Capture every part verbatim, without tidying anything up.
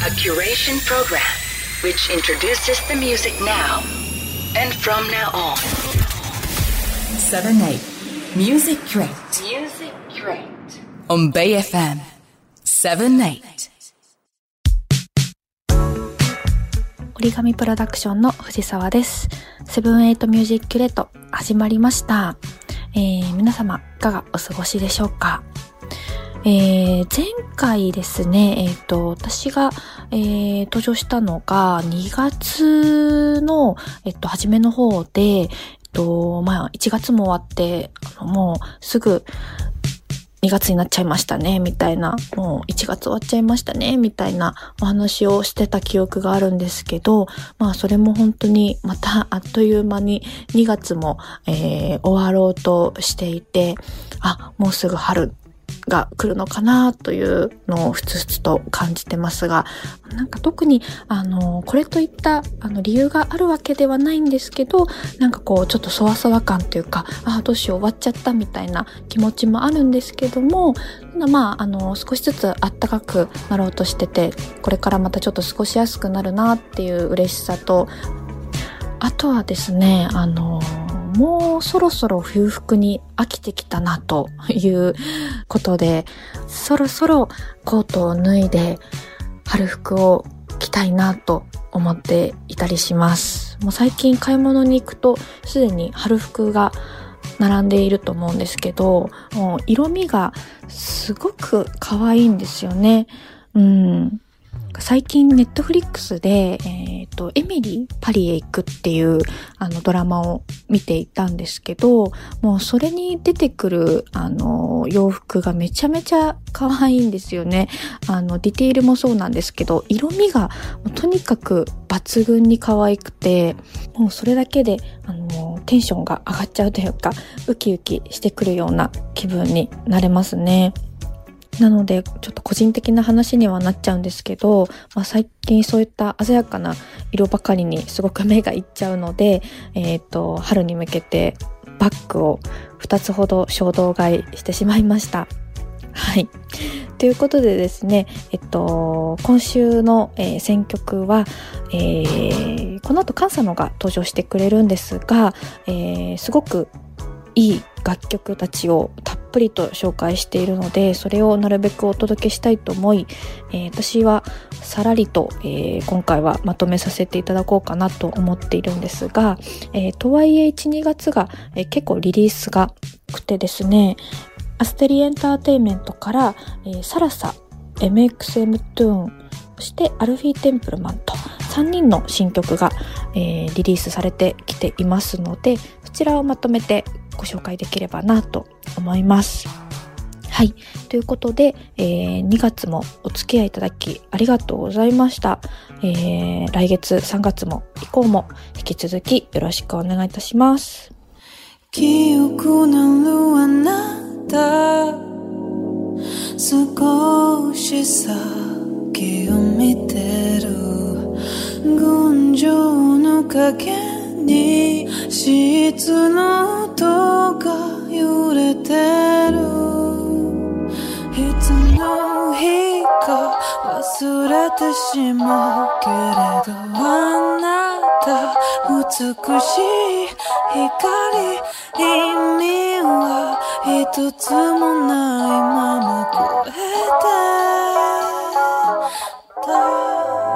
A curation program which introduces the music now and from now on. seven eight Music Crate. Music Crate. On Bay エフエム セブンエイト。 折り紙プロダクションの藤沢です。セブンエイトミュージックレート始まりました。えー、皆様いかがお過ごしでしょうか。えー、前回ですね、えっと、私が、えー、登場したのがにがつの、えっと、初めの方で、えっと、まあ、いちがつも終わって、あのもうすぐにがつになっちゃいましたね、みたいな、もういちがつ終わっちゃいましたね、みたいなお話をしてた記憶があるんですけど、まあそれも本当にまたあっという間ににがつも、えー、終わろうとしていて、あ、もうすぐ春が来るのかなというのをふつふつと感じてますが、なんか特にあのこれといったあの理由があるわけではないんですけど、なんかこうちょっとそわそわ感というか、あ、どうしよう終わっちゃったみたいな気持ちもあるんですけども、まああの少しずつ暖かくなろうとしてて、これからまたちょっと過ごしやすくなるなっていう嬉しさと、あとはですね、あのもうそろそろ冬服に飽きてきたなということで、そろそろコートを脱いで春服を着たいなと思っていたりします。もう最近買い物に行くとすでに春服が並んでいると思うんですけど、もう色味がすごく可愛いんですよね。うん。最近ネットフリックスで、えっと、エミリーパリへ行くっていうあのドラマを見ていたんですけど、もうそれに出てくるあの洋服がめちゃめちゃ可愛いんですよね。あのディテールもそうなんですけど、色味がとにかく抜群に可愛くて、もうそれだけであのテンションが上がっちゃうというか、ウキウキしてくるような気分になれますね。なのでちょっと個人的な話にはなっちゃうんですけど、まあ、最近そういった鮮やかな色ばかりにすごく目がいっちゃうので、えっと春に向けてバッグをふたつほど衝動買いしてしまいました。はい。ということでですね、えっと今週の、えー、選曲は、えー、この後カンサノが登場してくれるんですが、えー、すごくいい楽曲たちをたっぷりと紹介しているので、それをなるべくお届けしたいと思い、えー、私はさらりと、えー、今回はまとめさせていただこうかなと思っているんですが、えー、とはいえいち、にがつが、えー、結構リリースが多くてですね、アステリエンターテイメントから、えー、サラサ、エムエックスエム トゥーン、そしてアルフィー・テンプルマンとさんにんの新曲が、えー、リリースされてきていますので、そちらをまとめてご紹介できればなと思います。はい。ということで、えー、にがつもお付き合いいただきありがとうございました。えー、来月さんがつも以降も引き続きよろしくお願いいたします。 記憶のあなた、少し先を見てる群青の影に室の音が揺れてる。いつの日か忘れてしまうけれど、あなた美しい光、意味は一つもないまま超えてた。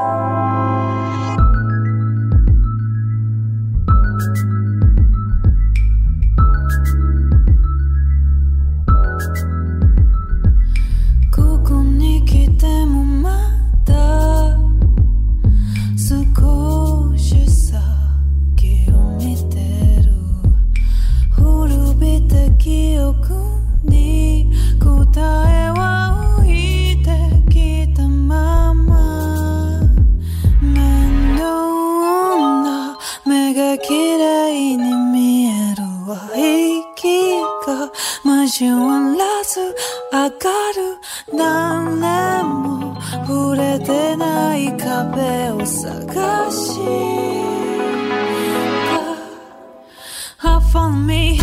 記憶に答えは置いてきたまま、面倒な目が綺麗に見えるわ。息が交わらず上がる、誰も触れてない壁を探し、I found me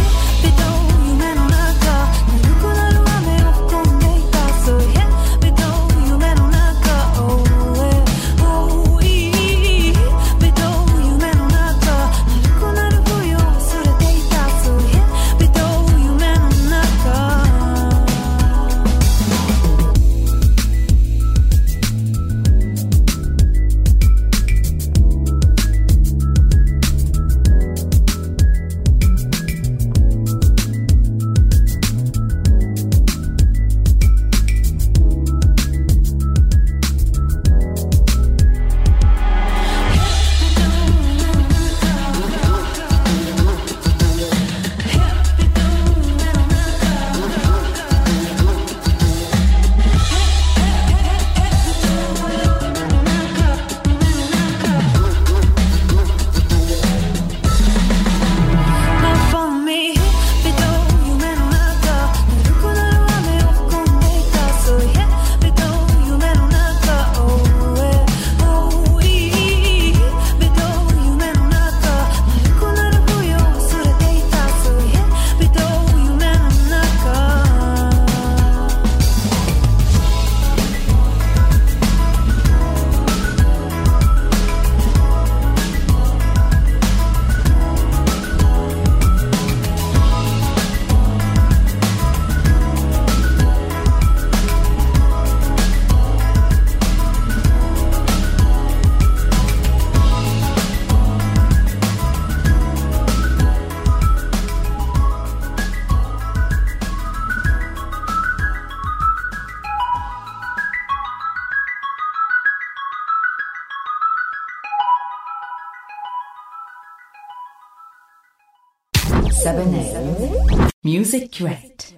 セブンエイト Music Crate。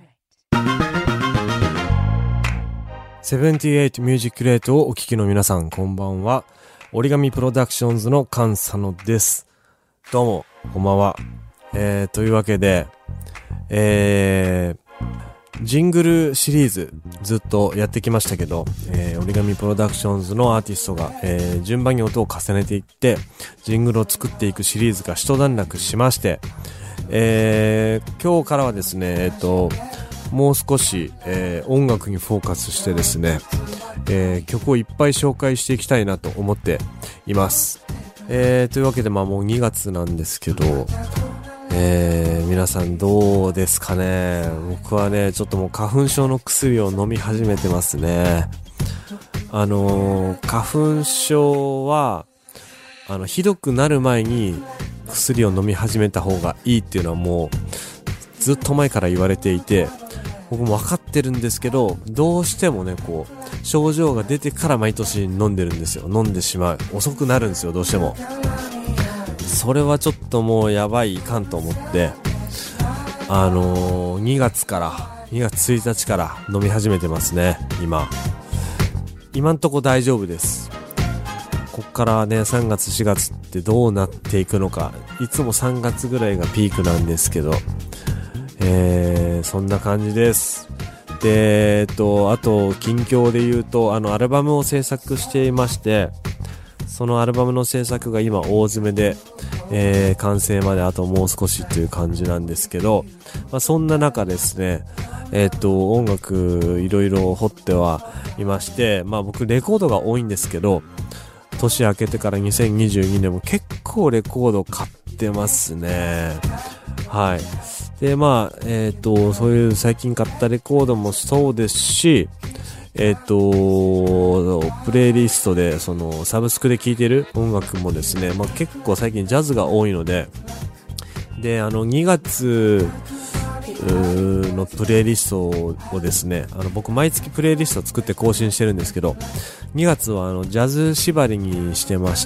セブンティエイト Music Crate をお聞きの皆さん、こんばんは。折り紙プロダクションズの菅佐野です。どうも、こんばんは。えー、というわけで、えー、ジングルシリーズずっとやってきましたけど、えー、折り紙プロダクションズのアーティストが、えー、順番に音を重ねていってジングルを作っていくシリーズが一段落しまして、えー、今日からはですね、えっともう少し、えー、音楽にフォーカスしてですね、えー、曲をいっぱい紹介していきたいなと思っています。えー、というわけで、まあもうにがつなんですけど、えー、皆さんどうですかね。僕はね、ちょっともう花粉症の薬を飲み始めてますね。あのー、花粉症はあのひどくなる前に薬を飲み始めた方がいいっていうのはもうずっと前から言われていて、僕も分かってるんですけど、どうしてもね、こう症状が出てから毎年飲んでるんですよ。飲んでしまう。遅くなるんですよ、どうしても。それはちょっともうやばい、いかんと思って、あのー、にがつからにがつついたちから飲み始めてますね。今今んとこ大丈夫です。こっからね、さんがつしがつってどうなっていくのか。いつもさんがつぐらいがピークなんですけど、えー、そんな感じです。で、えっとあと近況で言うと、あのアルバムを制作していまして、そのアルバムの制作が今大詰めで、えー、完成まであともう少しという感じなんですけど、まあ、そんな中ですね、えー、っと音楽いろいろ掘ってはいまして、まあ僕レコードが多いんですけど、年明けてからにせんにじゅうにねんも結構レコード買ってますね。はい。で、まあえー、っとそういう最近買ったレコードもそうですし、えっとプレイリストでそのサブスクで聴いてる音楽もですね、まあ、結構最近ジャズが多いので、であのにがつのプレイリストをですね、あの僕毎月プレイリストを作って更新してるんですけど、にがつはあのジャズ縛りにしてまして、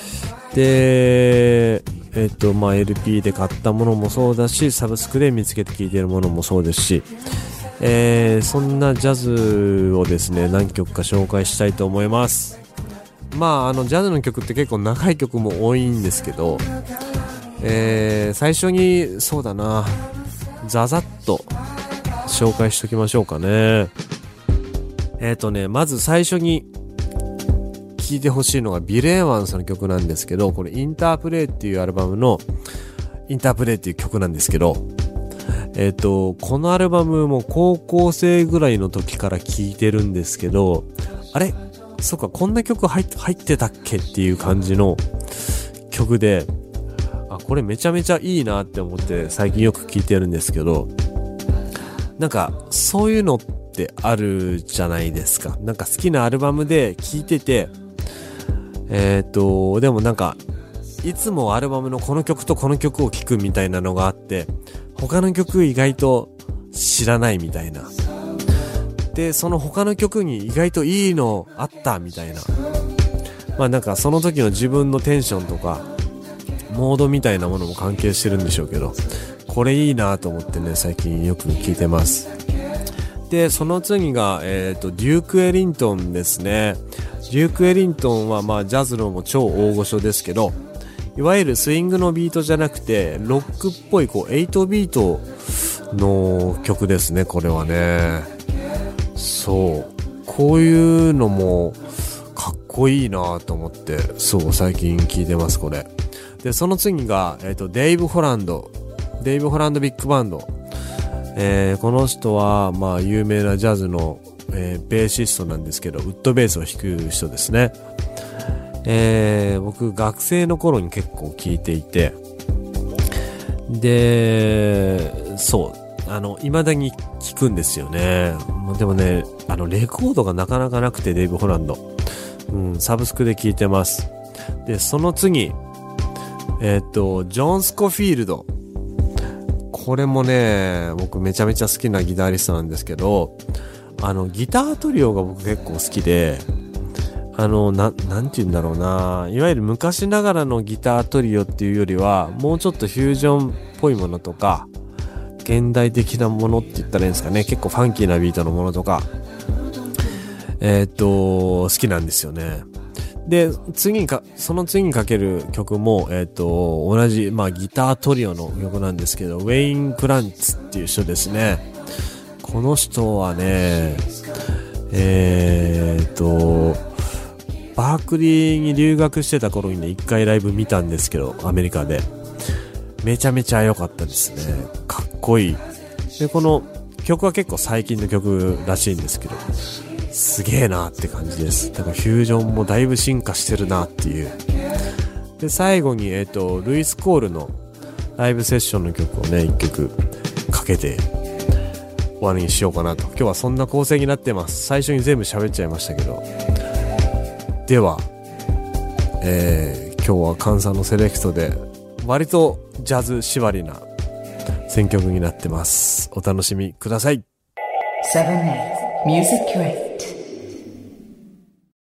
でえっとまあ エルピー で買ったものもそうだし、サブスクで見つけて聴いてるものもそうですし、えー、そんなジャズをですね、何曲か紹介したいと思います。まああのジャズの曲って結構長い曲も多いんですけど、えー、最初にそうだな、ザザッと紹介しときましょうかね。えーとね、まず最初に聴いてほしいのがビル・エヴァンスの曲なんですけど、これインタープレイっていうアルバムのインタープレイっていう曲なんですけど、えっと、このアルバムも高校生ぐらいの時から聴いてるんですけど、あれ？そっか、こんな曲入っ、入ってたっけっていう感じの曲で、あ、これめちゃめちゃいいなって思って最近よく聴いてるんですけど、なんかそういうのってあるじゃないですか。なんか好きなアルバムで聴いてて、えっと、でもなんかいつもアルバムのこの曲とこの曲を聴くみたいなのがあって、他の曲意外と知らないみたいな。で、その他の曲に意外といいのあったみたいな。まあなんかその時の自分のテンションとかモードみたいなものも関係してるんでしょうけど、これいいなと思ってね、最近よく聴いてます。で、その次が、えっと、デューク・エリントンですね。デューク・エリントンはまあジャズのも超大御所ですけど、いわゆるスイングのビートじゃなくてロックっぽいこうエイトビートの曲ですね、これはね。そう、こういうのもかっこいいなと思って、そう最近聴いてますこれで。その次が、えーと、デイブ・ホランドデイブ・ホランドビッグバンド、えー、この人はまあ有名なジャズの、えー、ベーシストなんですけど、ウッドベースを弾く人ですね。えー、僕学生の頃に結構聴いていて、でそうあの未だに聴くんですよね。でもね、あのレコードがなかなかなくて、デイブ・ホランド、うん、サブスクで聴いてます。でその次、えっとジョン・スコフィールド、これもね僕めちゃめちゃ好きなギタリストなんですけど、あのギタートリオが僕結構好きで、あのななんて言うんだろうな、いわゆる昔ながらのギタートリオっていうよりはもうちょっとフュージョンっぽいものとか、現代的なものって言ったらいいんですかね、結構ファンキーなビートのものとか、えー、っと好きなんですよね。で次にかその次にかける曲も、えー、っと同じ、まあ、ギタートリオの曲なんですけど、ウェイン・クランツっていう人ですね。この人はね、えー、っとバークリーに留学してた頃にね、一回ライブ見たんですけど、アメリカでめちゃめちゃ良かったですね。かっこいい。でこの曲は結構最近の曲らしいんですけど、すげえなって感じです。だからフュージョンもだいぶ進化してるなっていう。で最後に、えっとルイス・コールのライブセッションの曲をね、一曲かけて終わりにしようかなと。今日はそんな構成になってます。最初に全部喋っちゃいましたけど。では、えー、今日はカンさんのセレクトで割とジャズ縛りな選曲になってます。お楽しみください。 セブンエイト Music Crate